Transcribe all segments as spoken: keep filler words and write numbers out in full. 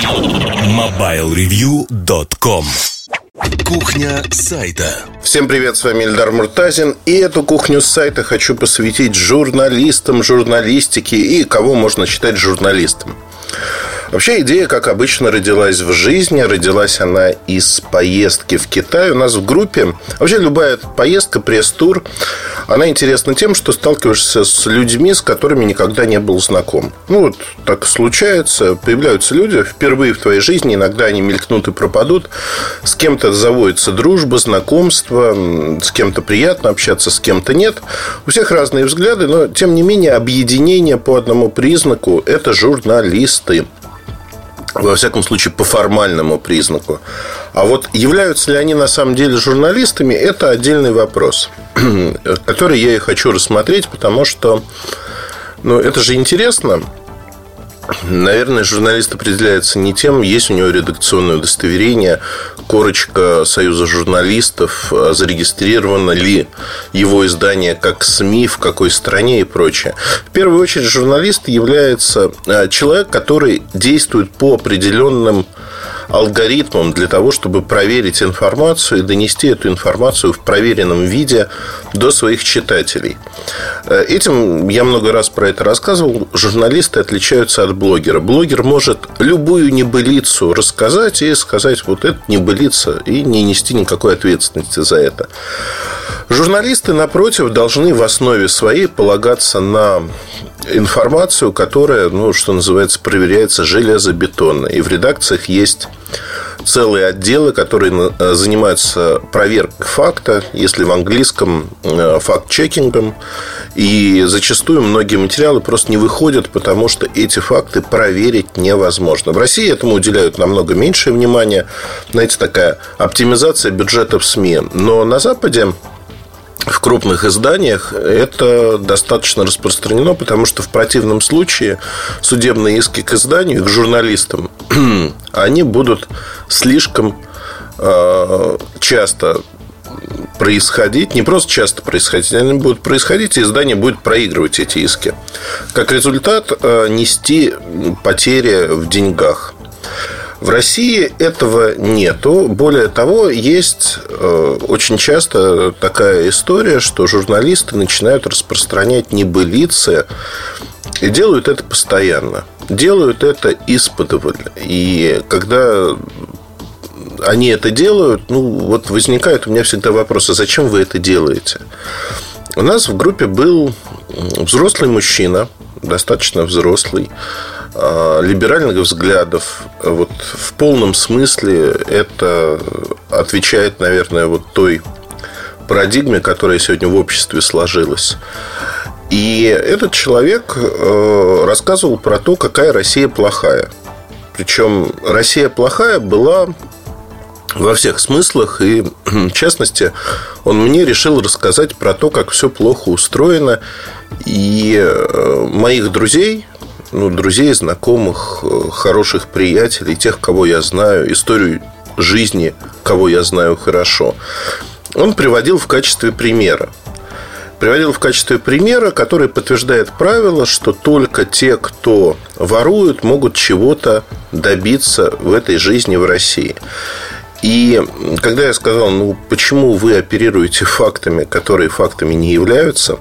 мобайл ревью точка ком. Кухня сайта. Всем привет, с вами Эльдар Муртазин. И эту кухню с сайта хочу посвятить журналистам, журналистике и кого можно считать журналистом. Вообще идея, как обычно, родилась в жизни. Родилась она из поездки в Китай. У нас в группе вообще любая поездка, пресс-тур, она интересна тем, что сталкиваешься с людьми, с которыми никогда не был знаком. Ну вот так случается. Появляются люди впервые в твоей жизни. Иногда они мелькнут и пропадут. С кем-то заводится дружба, знакомство. С кем-то приятно общаться, с кем-то нет. У всех разные взгляды. Но, тем не менее, объединение по одному признаку – это журналисты. Во всяком случае, по формальному признаку. А вот являются ли они на самом деле журналистами, это отдельный вопрос, который я и хочу рассмотреть, потому что, ну, это же интересно. Наверное, журналист определяется не тем, есть у него редакционное удостоверение, корочка Союза журналистов, зарегистрировано ли его издание как СМИ, в какой стране и прочее. В первую очередь, журналист является человек, который действует по определенным алгоритмам для того, чтобы проверить информацию и донести эту информацию в проверенном виде до своих читателей. Этим я много раз про это рассказывал. Журналисты отличаются от блогера. Блогер может любую небылицу рассказать и сказать, вот это небылица, и не нести никакой ответственности за это. Журналисты, напротив, должны в основе своей полагаться на информацию, которая, ну, что называется, проверяется железобетонно. И в редакциях есть целые отделы, которые занимаются проверкой факта, если в английском факт-чекингом. И зачастую многие материалы просто не выходят, потому что эти факты проверить невозможно. В России этому уделяют намного меньшее внимание. Знаете, такая оптимизация бюджетов СМИ. Но на Западе, в крупных изданиях, это достаточно распространено, потому что в противном случае судебные иски к изданию, к журналистам, они будут слишком э, часто происходить. Не просто часто происходить, они будут происходить, и издание будет проигрывать эти иски. Как результат, э, нести потери в деньгах. В России этого нету. Более того, есть э, очень часто такая история, что журналисты начинают распространять небылицы и делают это постоянно. Делают это исподволь. И когда они это делают, ну, вот возникает у меня всегда вопрос: а зачем вы это делаете? У нас в группе был взрослый мужчина, достаточно взрослый, либеральных взглядов. Вот в полном смысле это отвечает, наверное, вот той парадигме, которая сегодня в обществе сложилась. И этот человек рассказывал про то, какая Россия плохая. Причем Россия плохая была во всех смыслах. И, в частности, он мне решил рассказать про то, как все плохо устроено. И моих друзей, ну, друзей, знакомых, хороших приятелей, тех, кого я знаю, историю жизни, кого я знаю хорошо, он приводил в качестве примера. Приводил в качестве примера, который подтверждает правило, что только те, кто воруют, могут чего-то добиться в этой жизни в России. И когда я сказал, ну, почему вы оперируете фактами, которые фактами не являются,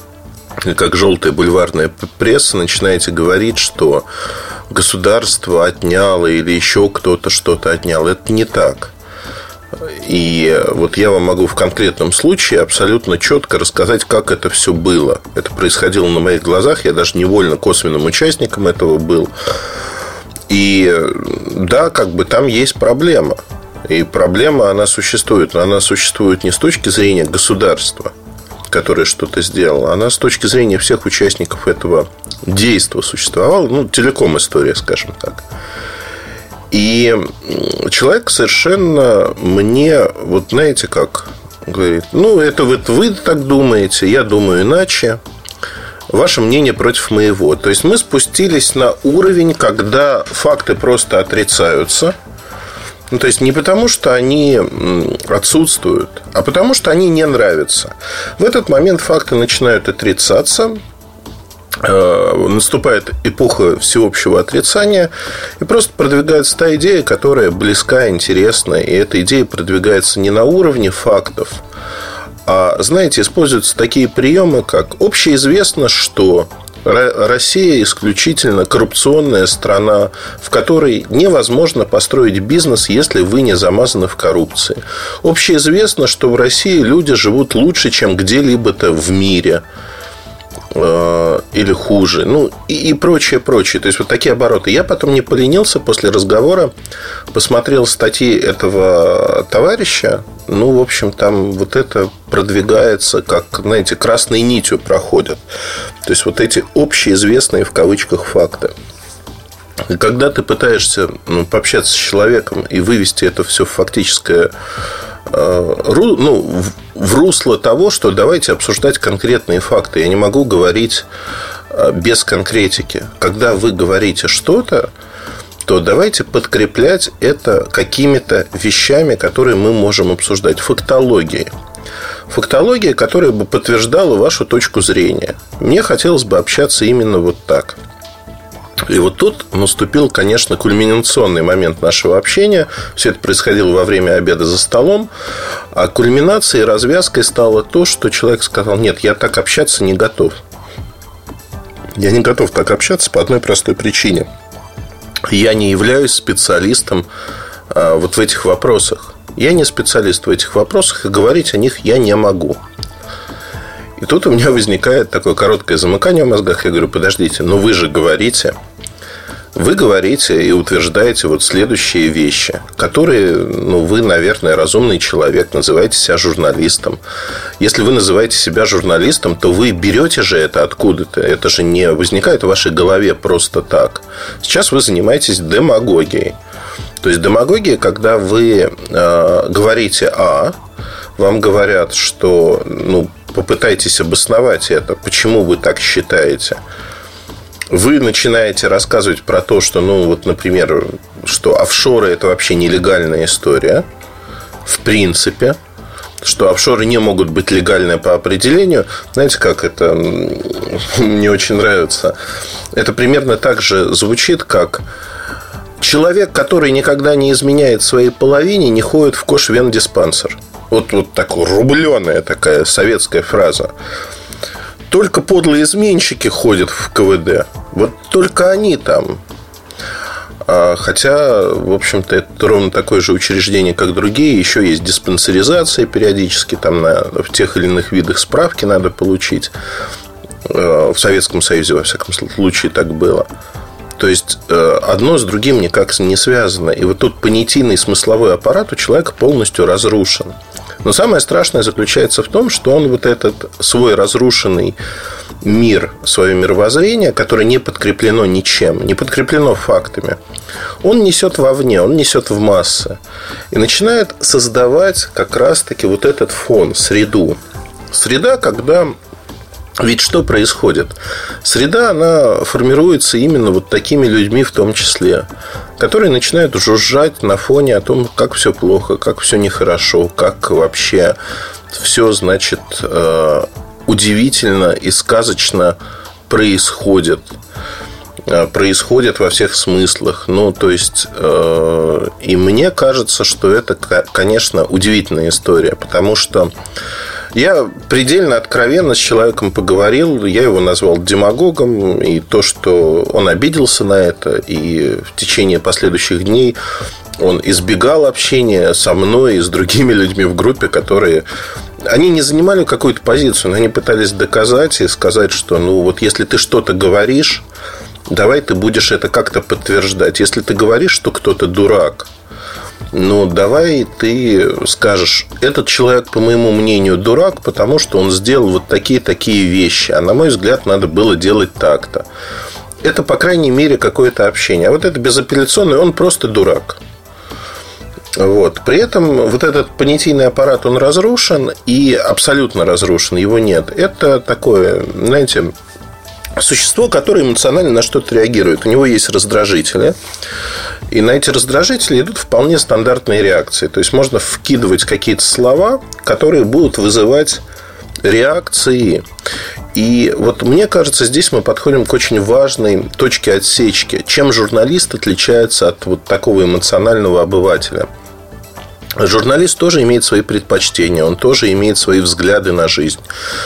как желтая бульварная пресса, начинаете говорить, что государство отняло или еще кто-то что-то отнял. Это не так. И вот я вам могу в конкретном случае абсолютно четко рассказать, как это все было. Это происходило на моих глазах. Я даже невольно косвенным участником этого был. И да, как бы там есть проблема. И проблема, она существует. Но она существует не с точки зрения государства, которая что-то сделала, она с точки зрения всех участников этого действа существовала. Ну, телеком история, скажем так. И человек совершенно мне, вот знаете как, говорит: ну, это вот вы так думаете, я думаю иначе. Ваше мнение против моего. То есть мы спустились на уровень, когда факты просто отрицаются. Ну, то есть не потому, что они отсутствуют, а потому, что они не нравятся. В этот момент факты начинают отрицаться. наступает эпоха всеобщего отрицания, и просто продвигается та идея, которая близка, интересна. И эта идея продвигается не на уровне фактов, а, знаете, используются такие приемы, как общеизвестно, что Россия исключительно коррупционная страна, в которой невозможно построить бизнес, если вы не замазаны в коррупции. Общеизвестно, что в России люди живут лучше, чем где-либо-то в мире. Или хуже. Ну, и, и прочее, прочее. То есть, вот такие обороты. Я потом не поленился после разговора. Посмотрел статьи этого товарища. Ну, в общем, там вот это продвигается, как, знаете, красной нитью проходит. То есть, вот эти общеизвестные в кавычках факты. И когда ты пытаешься, ну, пообщаться с человеком и вывести это все в фактическое, ну, в русло того, что давайте обсуждать конкретные факты. Я не могу говорить без конкретики. Когда вы говорите что-то, то давайте подкреплять это какими-то вещами, которые мы можем обсуждать. Фактологией. Фактология, которая бы подтверждала вашу точку зрения. Мне хотелось бы общаться именно вот так. И вот тут наступил, конечно, кульминационный момент нашего общения. Все это происходило во время обеда за столом. А кульминацией и развязкой стало то, что человек сказал: нет, я так общаться не готов. Я не готов так общаться по одной простой причине. Я не являюсь специалистом вот в этих вопросах. Я не специалист в этих вопросах, и говорить о них я не могу. И тут у меня возникает такое короткое замыкание в мозгах. Я говорю: подождите, но вы же говорите, вы говорите и утверждаете вот следующие вещи, которые, ну, вы, наверное, разумный человек, называете себя журналистом. Если вы называете себя журналистом, то вы берете же это откуда-то. Это же не возникает в вашей голове просто так. Сейчас вы занимаетесь демагогией. То есть демагогия, когда вы э, говорите А, вам говорят, что, ну, попытайтесь обосновать это, почему вы так считаете. Вы начинаете рассказывать про то, что, ну, вот, например, что офшоры – это вообще нелегальная история, в принципе, что офшоры не могут быть легальны по определению. Знаете, как это мне очень нравится? Это примерно так же звучит, как: человек, который никогда не изменяет своей половине, не ходит в кошвендиспансер. Вот, вот такая рубленая такая советская фраза. Только подлые изменщики ходят в ка вэ дэ. Вот только они там. Хотя, в общем-то, это ровно такое же учреждение, как другие. Еще есть диспансеризация периодически. Там на, в тех или иных видах справки надо получить. В Советском Союзе, во всяком случае, так было. То есть одно с другим никак не связано. И вот тут понятийный смысловой аппарат у человека полностью разрушен. Но самое страшное заключается в том, что он вот этот свой разрушенный мир, свое мировоззрение, которое не подкреплено ничем, не подкреплено фактами, он несет вовне, он несет в массы. И начинает создавать как раз-таки вот этот фон, среду. Среда, когда... Ведь что происходит? Среда, она формируется именно вот такими людьми в том числе, которые начинают жужжать на фоне о том, как все плохо, как все нехорошо, как вообще все, значит, удивительно и сказочно происходит. Происходит во всех смыслах. Ну, то есть, и мне кажется, что это, конечно, удивительная история, потому что я предельно откровенно с человеком поговорил. Я его назвал демагогом. И то, что он обиделся на это, и в течение последующих дней он избегал общения со мной и с другими людьми в группе, которые... Они не занимали какую-то позицию, но они пытались доказать и сказать, что, ну, вот если ты что-то говоришь, давай ты будешь это как-то подтверждать. Если ты говоришь, что кто-то дурак, ну, давай ты скажешь: этот человек, по моему мнению, дурак, потому что он сделал вот такие-такие вещи, а на мой взгляд, надо было делать так-то. Это, по крайней мере, какое-то общение. А вот это безапелляционное, он просто дурак. Вот. При этом вот этот понятийный аппарат, он разрушен, и абсолютно разрушен, его нет. Это такое, знаете, существо, которое эмоционально на что-то реагирует. У него есть раздражители. И на эти раздражители идут вполне стандартные реакции. То есть можно вкидывать какие-то слова, которые будут вызывать реакции. И вот мне кажется, здесь мы подходим к очень важной точке отсечки. Чем журналист отличается от вот такого эмоционального обывателя? Журналист тоже имеет свои предпочтения, он тоже имеет свои взгляды на жизнь.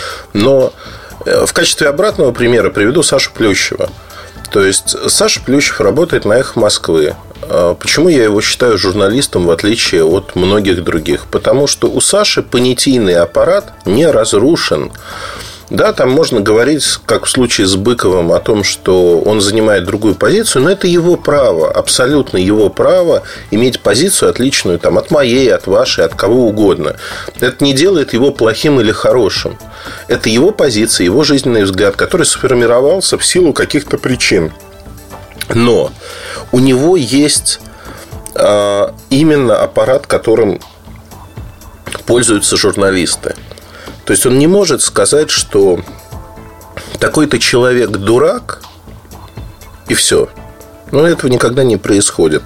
Но в качестве обратного примера приведу Сашу Плющева. То есть Саша Плющев работает на «Эхо Москвы». Почему я его считаю журналистом, в отличие от многих других? Потому что у Саши понятийный аппарат не разрушен. Да, там можно говорить, как в случае с Быковым, о том, что он занимает другую позицию, но это его право, абсолютно его право иметь позицию отличную там, от моей, от вашей, от кого угодно. Это не делает его плохим или хорошим. Это его позиция, его жизненный взгляд, который сформировался в силу каких-то причин. Но у него есть а, именно аппарат, которым пользуются журналисты. То есть он не может сказать, что такой-то человек дурак, и все. Но этого никогда не происходит.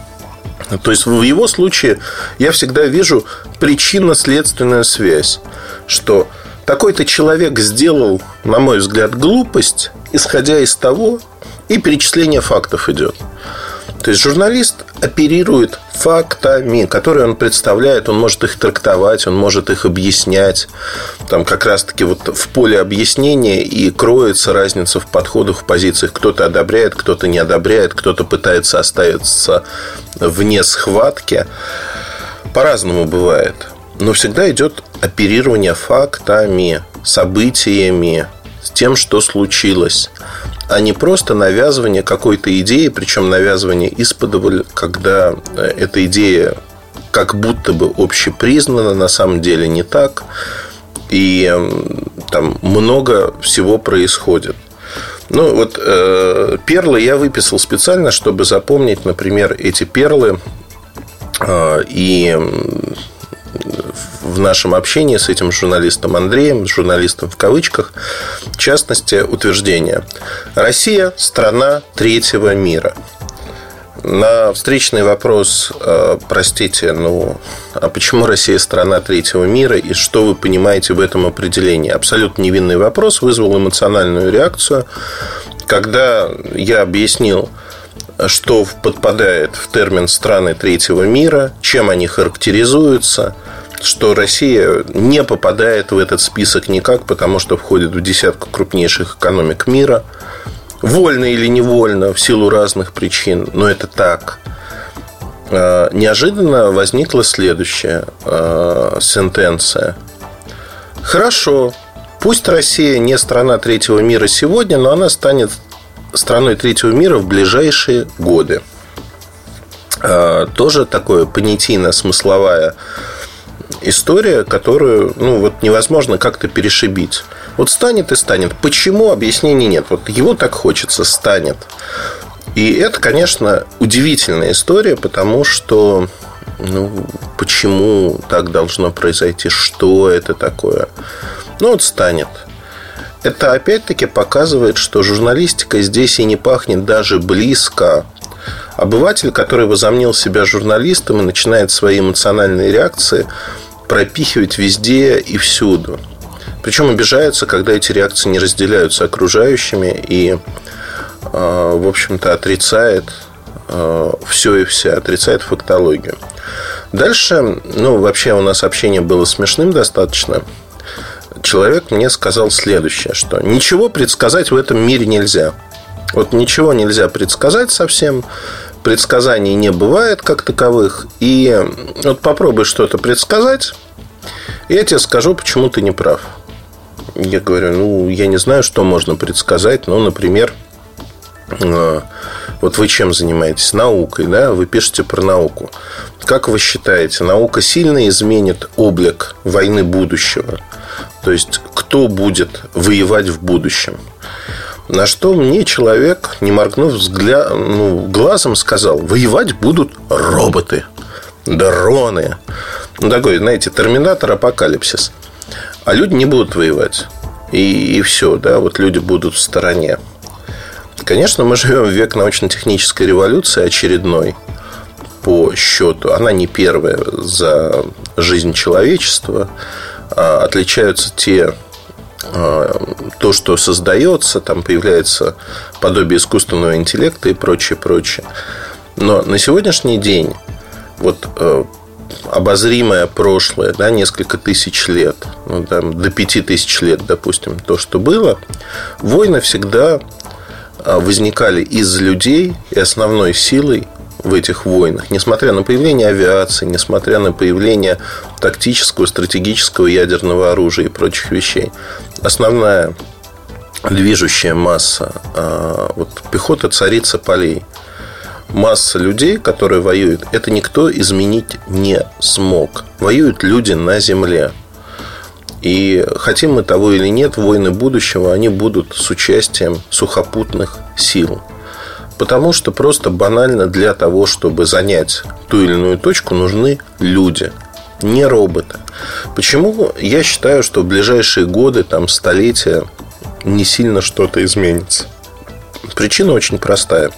То есть в его случае я всегда вижу причинно-следственную связь, что такой-то человек сделал, на мой взгляд, глупость, исходя из того, и перечисление фактов идет. То есть журналист оперирует фактами, которые он представляет, он может их трактовать, он может их объяснять. Там как раз-таки вот в поле объяснения и кроется разница в подходах, в позициях. Кто-то одобряет, кто-то не одобряет, кто-то пытается оставиться вне схватки. По-разному бывает. Но всегда идет оперирование фактами, событиями, с тем, что случилось, а не просто навязывание какой-то идеи, причем навязывание исподволь, когда эта идея как будто бы общепризнана, на самом деле не так, и там много всего происходит. Ну, вот э, перлы я выписал специально, чтобы запомнить, например, эти перлы э, и в нашем общении с этим журналистом Андреем, журналистом в кавычках, в частности, утверждение: Россия – страна третьего мира. На встречный вопрос: простите, ну, а почему Россия – страна третьего мира и что вы понимаете в этом определении? Абсолютно невинный вопрос вызвал эмоциональную реакцию. Когда я объяснил, что подпадает в термин «страны третьего мира», чем они характеризуются, что Россия не попадает в этот список никак, потому что входит в десятку крупнейших экономик мира, вольно или невольно, в силу разных причин, но это так. Неожиданно возникла следующая сентенция: хорошо, пусть Россия не страна третьего мира сегодня, но она станет страной третьего мира в ближайшие годы. Тоже такое понятийно-смысловая история, которую ну, вот невозможно как-то перешибить. Вот станет и станет. Почему? Объяснений нет. Вот его так хочется, станет. И это, конечно, удивительная история, потому что ну, почему так должно произойти? Что это такое? Ну, вот станет. Это опять-таки показывает, что журналистика здесь и не пахнет даже близко. Обыватель, который возомнил себя журналистом и начинает свои эмоциональные реакции пропихивать везде и всюду. Причем обижаются, когда эти реакции не разделяются окружающими и, в общем-то, отрицает все и вся, отрицает фактологию. Дальше, ну, вообще у нас общение было смешным достаточно. Человек мне сказал следующее, что ничего предсказать в этом мире нельзя. Вот ничего нельзя предсказать совсем. Предсказаний не бывает как таковых. И вот попробуй что-то предсказать, и я тебе скажу, почему ты не прав. Я говорю, ну, я не знаю, что можно предсказать. Ну, например, вот вы чем занимаетесь? Наукой, да? Вы пишете про науку. Как вы считаете, наука сильно изменит облик войны будущего? То есть, кто будет воевать в будущем? На что мне человек, не моргнув взгляд, ну, глазом, сказал: воевать будут роботы, дроны. Ну, такой, знаете, терминатор, апокалипсис. А люди не будут воевать. И, и все, да, вот люди будут в стороне. Конечно, мы живем в век научно-технической революции очередной по счету. Она не первая за жизнь человечества. отличаются те, то, что создается, там появляется подобие искусственного интеллекта и прочее, прочее. Но на сегодняшний день вот обозримое прошлое, да, несколько тысяч лет, ну, там, до пяти тысяч лет, допустим, то, что было, войны всегда возникали из людей, и основной силой в этих войнах, несмотря на появление авиации, несмотря на появление тактического, стратегического ядерного оружия и прочих вещей, основная движущая масса, вот, пехота царица полей, масса людей, которые воюют, это никто изменить не смог. Воюют люди на земле. И хотим мы того или нет, войны будущего, они будут с участием сухопутных сил. Потому что просто банально для того, чтобы занять ту или иную точку, нужны люди, не роботы. Почему я считаю, что в ближайшие годы, там, столетия не сильно что-то изменится? Причина очень простая.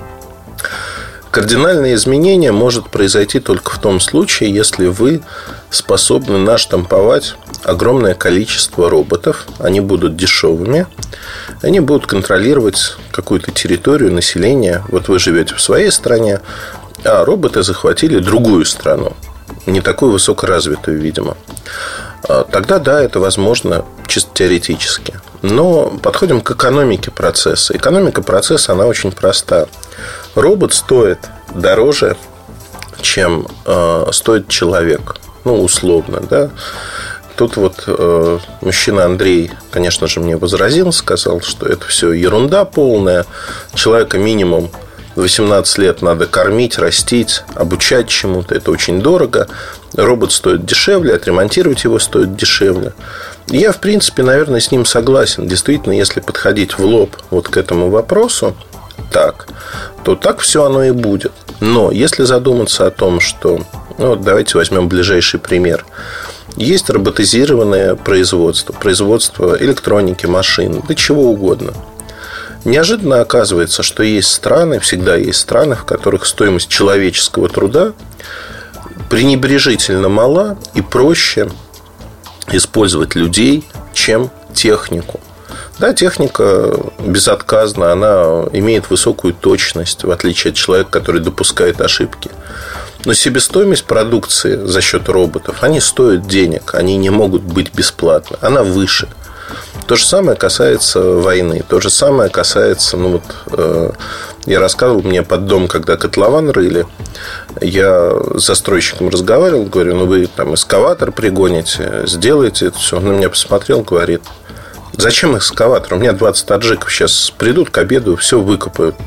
Кардинальное изменение может произойти только в том случае, если вы способны наштамповать огромное количество роботов. Они будут дешевыми. Они будут контролировать какую-то территорию, население. Вот вы живете в своей стране, а роботы захватили другую страну. Не такую высокоразвитую, видимо. Тогда, да, это возможно чисто теоретически. Но подходим к экономике процесса. Экономика процесса, она очень проста. Робот стоит дороже, чем э, стоит человек. Ну, условно, да. Тут вот э, мужчина Андрей, конечно же, мне возразил, сказал, что это все ерунда полная. Человека минимум восемнадцать лет надо кормить, растить, обучать чему-то. Это очень дорого. Робот стоит дешевле, отремонтировать его стоит дешевле. Я, в принципе, наверное, с ним согласен. Действительно, если подходить в лоб вот к этому вопросу, так, то так все оно и будет. Но если задуматься о том, что... Ну, вот давайте возьмем ближайший пример. Есть роботизированное производство. Производство электроники, машин, да чего угодно. Неожиданно оказывается, что есть страны, всегда есть страны, в которых стоимость человеческого труда пренебрежительно мала и проще использовать людей, чем технику. Да, техника безотказна, она имеет высокую точность, в отличие от человека, который допускает ошибки. Но себестоимость продукции за счет роботов, они стоят денег, они не могут быть бесплатны, она выше. То же самое касается войны, то же самое касается, ну вот, э, я рассказывал, мне под дом, когда котлован рыли, я с застройщиком разговаривал, говорю, ну вы там эскаватор пригоните, сделаете это все. Он на меня посмотрел, говорит, зачем экскаватор? У меня двадцать таджиков сейчас придут к обеду, все выкопают.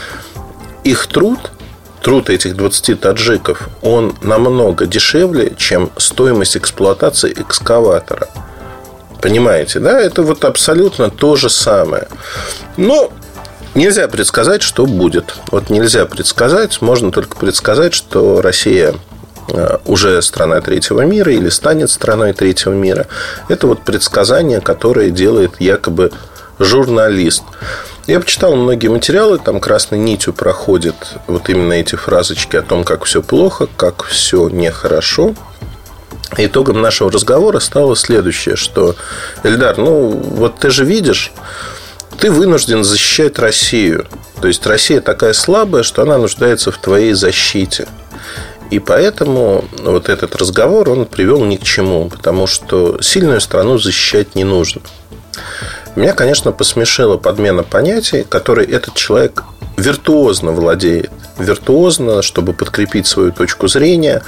Их труд, труд этих двадцати таджиков, он намного дешевле, чем стоимость эксплуатации экскаватора. Понимаете, да? Это вот абсолютно то же самое. Но нельзя предсказать, что будет. Вот нельзя предсказать. Можно только предсказать, что Россия уже страна третьего мира или станет страной третьего мира. Это вот предсказание, которое делает якобы журналист. Я почитал многие материалы, там красной нитью проходят вот именно эти фразочки о том, как все плохо, как все нехорошо. Итогом нашего разговора стало следующее, что, Эльдар, ну вот ты же видишь, ты вынужден защищать Россию. То есть Россия такая слабая, что она нуждается в твоей защите. И поэтому вот этот разговор, он привел ни к чему, потому что сильную страну защищать не нужно. Меня, конечно, посмешила подмена понятий, которой этот человек виртуозно владеет. Виртуозно, чтобы подкрепить свою точку зрения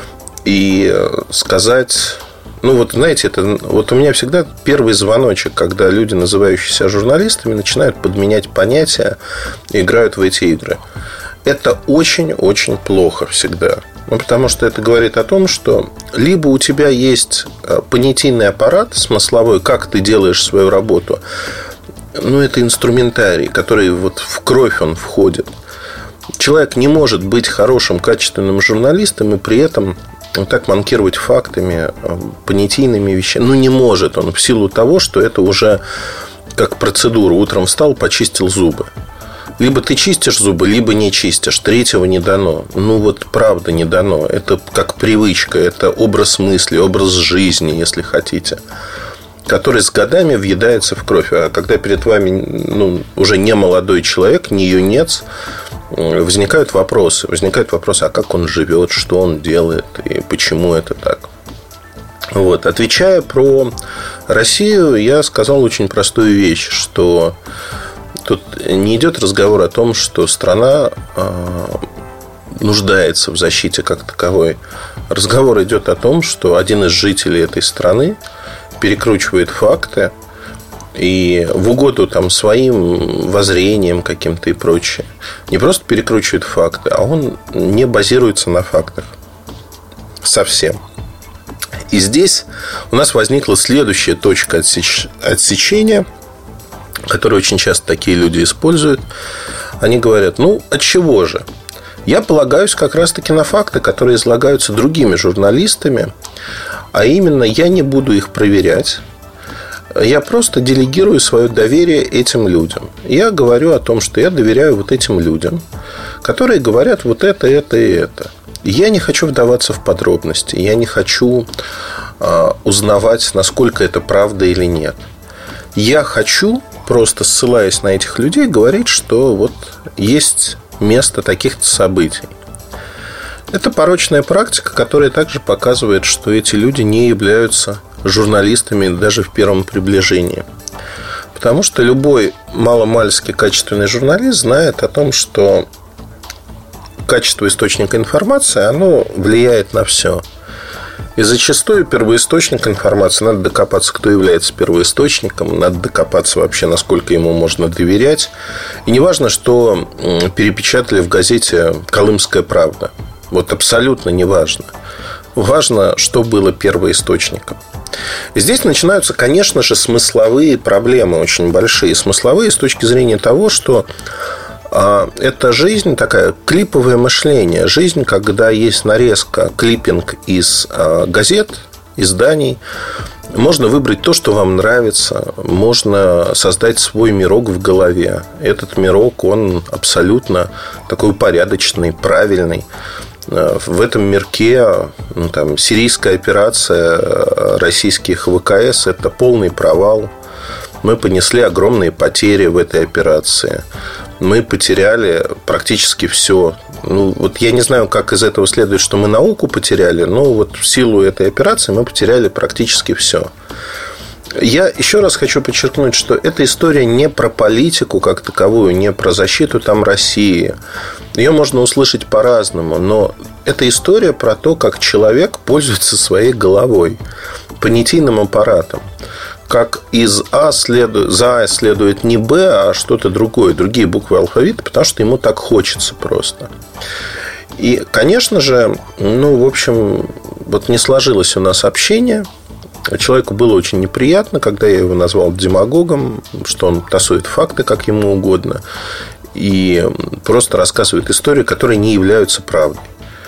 и сказать... Ну, вот, знаете, это, вот у меня всегда первый звоночек, когда люди, называющие себя журналистами, начинают подменять понятия и играют в эти игры. Это очень-очень плохо всегда. Ну, потому что это говорит о том, что либо у тебя есть понятийный аппарат смысловой, как ты делаешь свою работу, ну, это инструментарий, который вот в кровь он входит. Человек не может быть хорошим, качественным журналистом и при этом вот так манкировать фактами, понятийными вещами. Ну, не может он в силу того, что это уже как процедура. Утром встал, почистил зубы. Либо ты чистишь зубы, либо не чистишь. Третьего не дано. Ну, вот правда не дано. Это как привычка, это образ мысли, образ жизни, если хотите, который с годами въедается в кровь. А когда перед вами ну, уже не молодой человек, не юнец, возникают вопросы. Возникают вопросы, а как он живет, что он делает и почему это так. Вот. Отвечая про Россию, я сказал очень простую вещь, что тут не идет разговор о том, что страна нуждается в защите как таковой. Разговор идет о том, что один из жителей этой страны перекручивает факты и в угоду там, своим воззрениям каким-то и прочее. Не просто перекручивает факты, а он не базируется на фактах совсем. И здесь у нас возникла следующая точка отсеч... отсечения, которую очень часто такие люди используют. Они говорят, ну, от чего же? Я полагаюсь как раз-таки на факты, которые излагаются другими журналистами, а именно я не буду их проверять. Я просто делегирую свое доверие этим людям. Я говорю о том, что я доверяю вот этим людям, которые говорят вот это, это и это. Я не хочу вдаваться в подробности. Я не хочу э, узнавать, насколько это правда или нет. Я хочу, просто ссылаясь на этих людей, говорить, что вот есть место таких-то событий. Это порочная практика, которая также показывает, что эти люди не являются журналистами даже в первом приближении. Потому что любой маломальски качественный журналист знает о том, что качество источника информации, оно влияет на все. И зачастую первоисточник информации, надо докопаться, кто является первоисточником, надо докопаться вообще, насколько ему можно доверять. И не важно, что перепечатали в газете «Колымская правда». Вот абсолютно не важно. Важно, что было первоисточником. И здесь начинаются, конечно же, смысловые проблемы очень большие. Смысловые с точки зрения того, что это жизнь такая, клиповое мышление. Жизнь, когда есть нарезка, клиппинг из газет, изданий. Можно выбрать то, что вам нравится. Можно создать свой мирок в голове. Этот мирок, он абсолютно такой упорядоченный, правильный. В этом мирке ну, там, сирийская операция российских ВКС – это полный провал. Мы понесли огромные потери в этой операции. Мы потеряли практически все. Ну, вот я не знаю, как из этого следует, что мы науку потеряли, но вот в силу этой операции мы потеряли практически все. Я еще раз хочу подчеркнуть, что эта история не про политику как таковую, не про защиту там России. Ее можно услышать по-разному, но это история про то, как человек пользуется своей головой, понятийным аппаратом. Как из А следует, за А следует не Б, а что-то другое, другие буквы алфавита, потому что ему так хочется просто. И, конечно же, ну, в общем, вот не сложилось у нас общение. Человеку было очень неприятно, когда я его назвал демагогом, что он тасует факты, как ему угодно, и просто рассказывает истории, которые не являются правдой.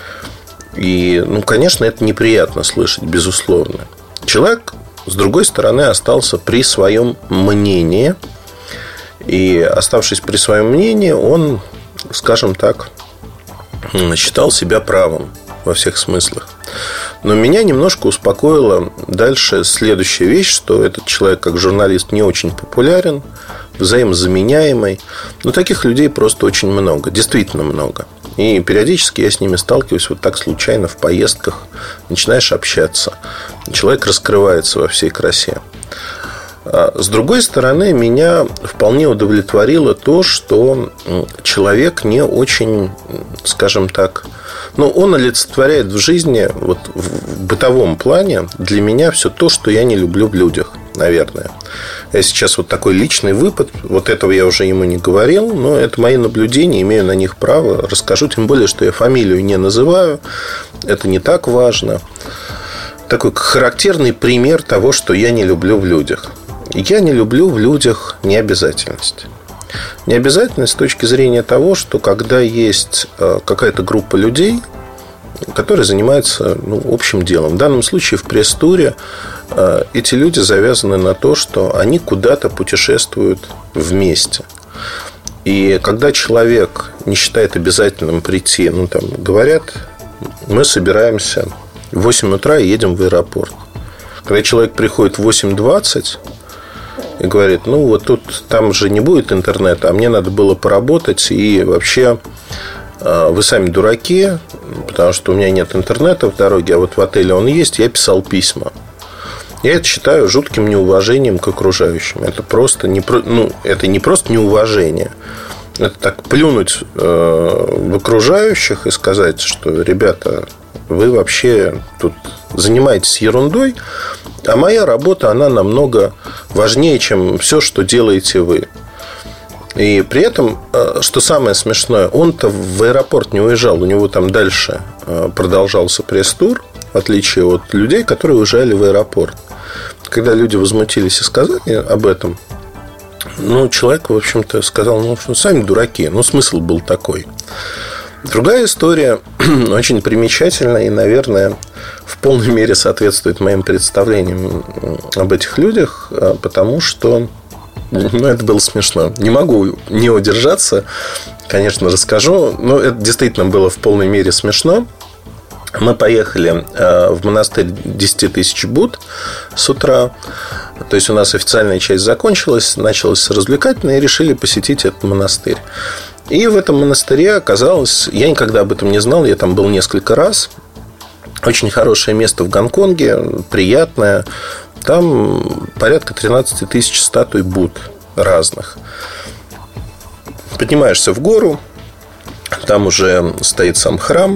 И, ну, конечно, это неприятно слышать, безусловно. Человек, с другой стороны, остался при своем мнении. И, оставшись при своем мнении, он, скажем так, считал себя правым во всех смыслах. Но меня немножко успокоила дальше следующая вещь, что этот человек как журналист не очень популярен, взаимозаменяемый. Но таких людей просто очень много, действительно много. И периодически я с ними сталкиваюсь вот так случайно в поездках. Начинаешь общаться. Человек раскрывается во всей красе. С другой стороны, меня вполне удовлетворило то, что человек не очень, скажем так, ну, он олицетворяет в жизни, вот в бытовом плане, для меня все то, что я не люблю в людях, наверное. Я сейчас вот такой личный выпад, вот этого я уже ему не говорил, но это мои наблюдения, имею на них право. Расскажу, тем более, что я фамилию не называю, это не так важно. Такой характерный пример того, что я не люблю в людях. Я не люблю в людях необязательность. Необязательность с точки зрения того, что когда есть какая-то группа людей, которые занимаются ну, общим делом. В данном случае в пресс-туре эти люди завязаны на то, что они куда-то путешествуют вместе. И когда человек не считает обязательным прийти, ну, там, говорят, мы собираемся в восемь утра и едем в аэропорт. Когда человек приходит в восемь двадцать и говорит, ну, вот тут там же не будет интернета, а мне надо было поработать, и вообще вы сами дураки, потому что у меня нет интернета в дороге, а вот в отеле он есть, я писал письма. Я это считаю жутким неуважением к окружающим. Это просто не, ну, это не просто неуважение. Это так плюнуть э, в окружающих и сказать, что, ребята, вы вообще тут занимаетесь ерундой, а моя работа, она намного важнее, чем все, что делаете вы. И при этом, что самое смешное, он-то в аэропорт не уезжал, у него там дальше продолжался пресс-тур, в отличие от людей, которые уезжали в аэропорт. Когда люди возмутились и сказали об этом, ну, человек, в общем-то, сказал, ну, что сами дураки, ну, смысл был такой. Другая история, очень примечательная и, наверное, в полной мере соответствует моим представлениям об этих людях, потому что, ну, это было смешно. Не могу не удержаться, конечно, расскажу, но это действительно было в полной мере смешно. Мы поехали в монастырь десять тысяч Буд с утра. То есть у нас официальная часть закончилась, началась развлекательная, и решили посетить этот монастырь. И в этом монастыре оказалось, я никогда об этом не знал, я там был несколько раз. Очень хорошее место в Гонконге, приятное. Там порядка тринадцать тысяч статуй Будд разных. Поднимаешься в гору, там уже стоит сам храм,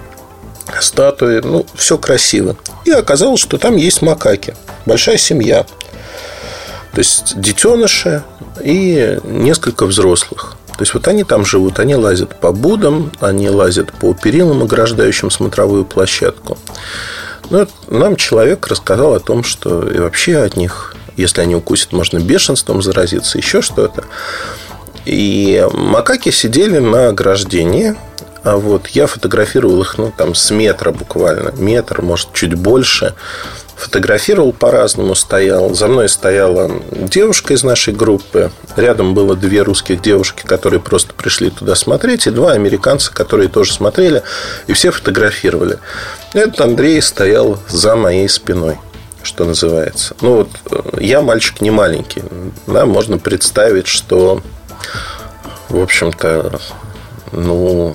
статуи, ну, все красиво. И оказалось, что там есть макаки, большая семья. То есть детеныши и несколько взрослых. То есть вот они там живут, они лазят по будам, они лазят по перилам, ограждающим смотровую площадку. Ну, нам человек рассказал о том, что и вообще от них, если они укусят, можно бешенством заразиться, еще что-то. И макаки сидели на ограждении. А вот я фотографировал их, ну, там, с метра буквально. Метр, может, чуть больше. Фотографировал по-разному, стоял. За мной стояла девушка из нашей группы. Рядом было две русских девушки, которые просто пришли туда смотреть. И два американца, которые тоже смотрели. И все фотографировали. Этот Андрей стоял за моей спиной, что называется. Ну, вот я мальчик не маленький. Да, можно представить, что, в общем-то, ну...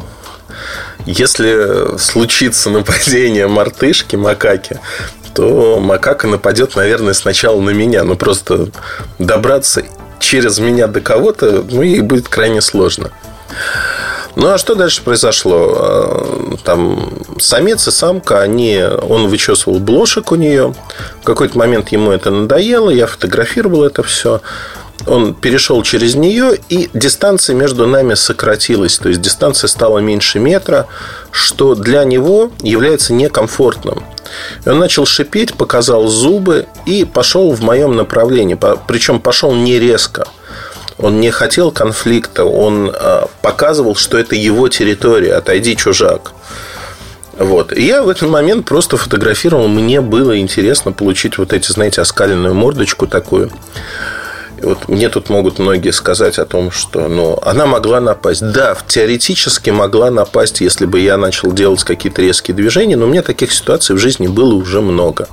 Если случится нападение мартышки, макаки, то макака нападет, наверное, сначала на меня. Но просто добраться через меня до кого-то, ну, ей будет крайне сложно. Ну, а что дальше произошло? Там самец и самка, они, он вычесывал блошек у нее. В какой-то момент ему это надоело. Я фотографировал это все. Он перешел через нее, и дистанция между нами сократилась. То есть дистанция стала меньше метра, что для него является некомфортным. И он начал шипеть, показал зубы и пошел в моем направлении. Причем пошел не резко. Он не хотел конфликта. Он показывал, что это его территория. Отойди, чужак. Вот. И я в этот момент просто фотографировал. Мне было интересно получить вот эти, знаете, оскаленную мордочку такую. И вот мне тут могут многие сказать о том, что, ну, она могла напасть. Да, теоретически могла напасть, если бы я начал делать какие-то резкие движения. Но у меня таких ситуаций в жизни было уже много.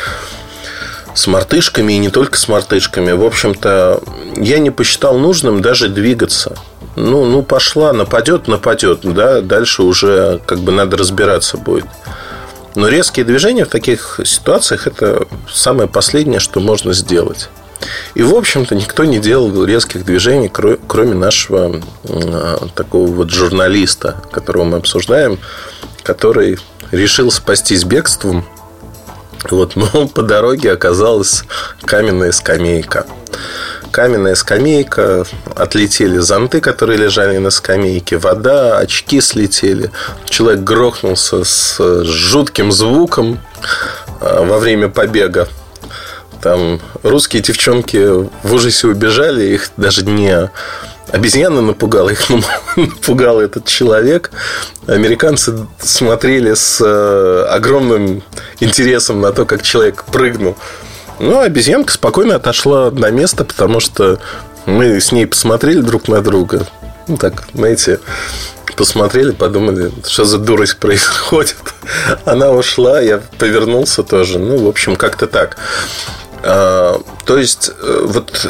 С мартышками и не только с мартышками. В общем-то, я не посчитал нужным даже двигаться. Ну, ну пошла, нападет, нападет. Да? Дальше уже как бы надо разбираться будет. Но резкие движения в таких ситуациях – это самое последнее, что можно сделать. И, в общем-то, никто не делал резких движений, кроме нашего такого вот журналиста, которого мы обсуждаем, который решил спастись бегством. Вот, но по дороге оказалась каменная скамейка. Каменная скамейка, отлетели зонты, которые лежали на скамейке, вода, очки слетели. Человек грохнулся с жутким звуком во время побега. Там русские девчонки в ужасе убежали, их даже не обезьяна напугала, их напугал этот человек. Американцы смотрели с огромным интересом на то, как человек прыгнул. Ну, обезьянка спокойно отошла на место, потому что мы с ней посмотрели друг на друга. Ну, так, знаете, посмотрели, подумали, что за дурость происходит. Она ушла, я повернулся тоже. Ну, в общем, как-то так. А, то есть, вот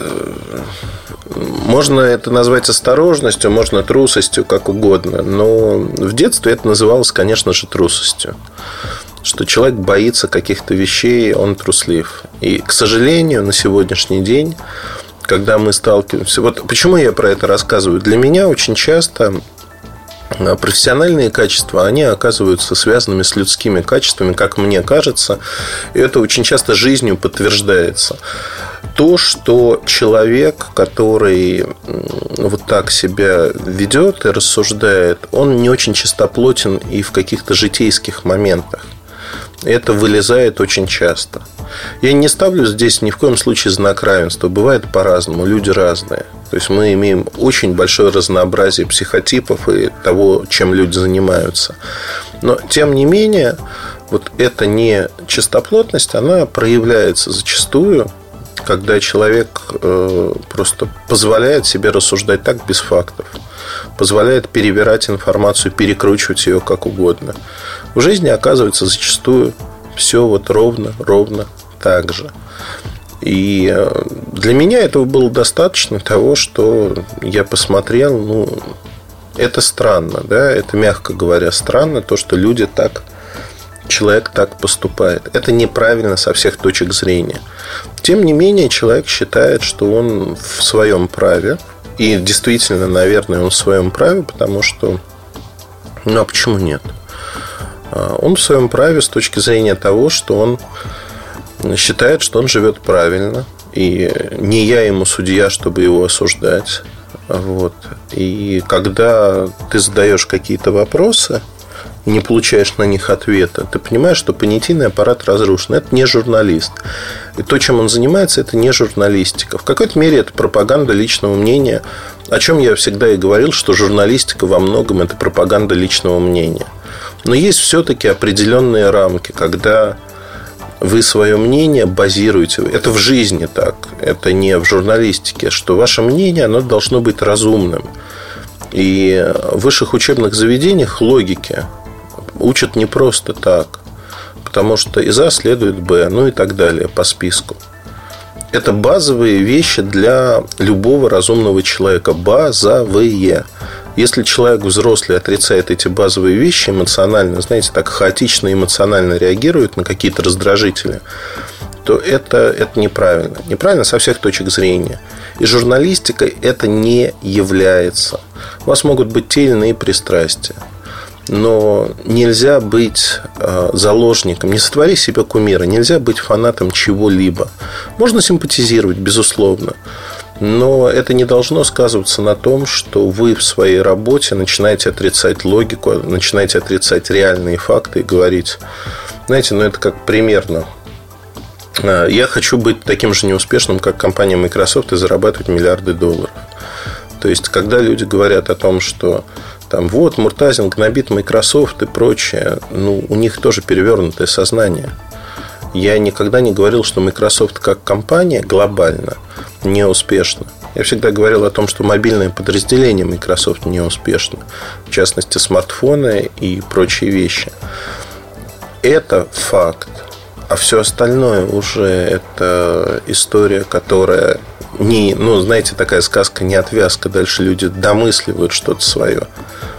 можно это назвать осторожностью, можно трусостью, как угодно. Но в детстве это называлось, конечно же, трусостью. Что человек боится каких-то вещей, он труслив. И, к сожалению, на сегодняшний день, когда мы сталкиваемся... Вот почему я про это рассказываю? Для меня очень часто профессиональные качества, они оказываются связанными с людскими качествами, как мне кажется. И это очень часто жизнью подтверждается. То, что человек, который вот так себя ведет и рассуждает, он не очень чистоплотен и в каких-то житейских моментах. Это вылезает очень часто. Я не ставлю здесь ни в коем случае знак равенства. Бывает по-разному, люди разные. То есть мы имеем очень большое разнообразие психотипов и того, чем люди занимаются. Но тем не менее, вот эта не чистоплотность, она проявляется зачастую, когда человек просто позволяет себе рассуждать так без фактов, позволяет перебирать информацию, перекручивать ее как угодно. В жизни оказывается зачастую все вот ровно, ровно так же. И для меня этого было достаточно того, что я посмотрел, ну, это странно, да, это, мягко говоря, странно, то, что люди так, человек так поступает. Это неправильно со всех точек зрения. Тем не менее, человек считает, что он в своем праве. И действительно, наверное, он в своем праве, потому что... Ну, а почему нет? Он в своем праве с точки зрения того, что он считает, что он живет правильно. И не я ему судья, чтобы его осуждать. Вот. И когда ты задаешь какие-то вопросы и не получаешь на них ответа, ты понимаешь, что понятийный аппарат разрушен. Это не журналист. И то, чем он занимается, это не журналистика. В какой-то мере это пропаганда личного мнения, о чем я всегда и говорил, что журналистика во многом это пропаганда личного мнения. Но есть все-таки определенные рамки, когда вы свое мнение базируете. Это в жизни так, это не в журналистике, что ваше мнение, оно должно быть разумным. И в высших учебных заведениях логики учат не просто так, потому что из А следует Б, ну и так далее по списку. Это базовые вещи для любого разумного человека. Базовые. Если человек взрослый отрицает эти базовые вещи эмоционально, знаете, так хаотично эмоционально реагирует на какие-то раздражители, то это, это неправильно. Неправильно со всех точек зрения. И журналистикой это не является. У вас могут быть те или иные пристрастия. Но нельзя быть э, заложником. Не сотвори себе кумира. Нельзя быть фанатом чего-либо. Можно симпатизировать, безусловно. Но это не должно сказываться на том, что вы в своей работе начинаете отрицать логику, начинаете отрицать реальные факты и говорить, знаете, ну это как примерно. Я хочу быть таким же неуспешным, как компания Microsoft, и зарабатывать миллиарды долларов. То есть, когда люди говорят о том, что там, вот, Муртазин гнобит Microsoft и прочее, ну, у них тоже перевернутое сознание. Я никогда не говорил, что Microsoft как компания глобально не успешна. Я всегда говорил о том, что мобильное подразделение Microsoft не успешно. В частности, смартфоны и прочие вещи. Это факт. А все остальное уже это история, которая не, ну, знаете, такая сказка, не отвязка. Дальше люди домысливают что-то свое.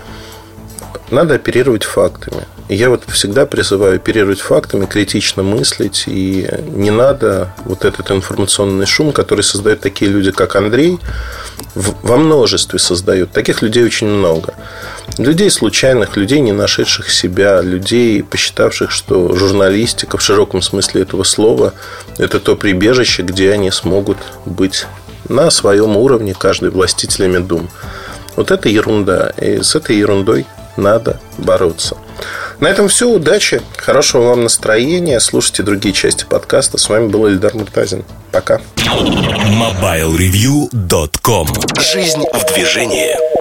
Надо оперировать фактами. И я вот всегда призываю оперировать фактами, критично мыслить. И не надо вот этот информационный шум, который создают такие люди, как Андрей, во множестве создают. Таких людей очень много. Людей случайных, людей, не нашедших себя, людей, посчитавших, что журналистика в широком смысле этого слова – это то прибежище, где они смогут быть на своем уровне, каждый властителями дум. Вот это ерунда. И с этой ерундой надо бороться. На этом все. Удачи, хорошего вам настроения. Слушайте другие части подкаста. С вами был Эльдар Муртазин. Пока. мобайл ревью точка ком. Жизнь в движении.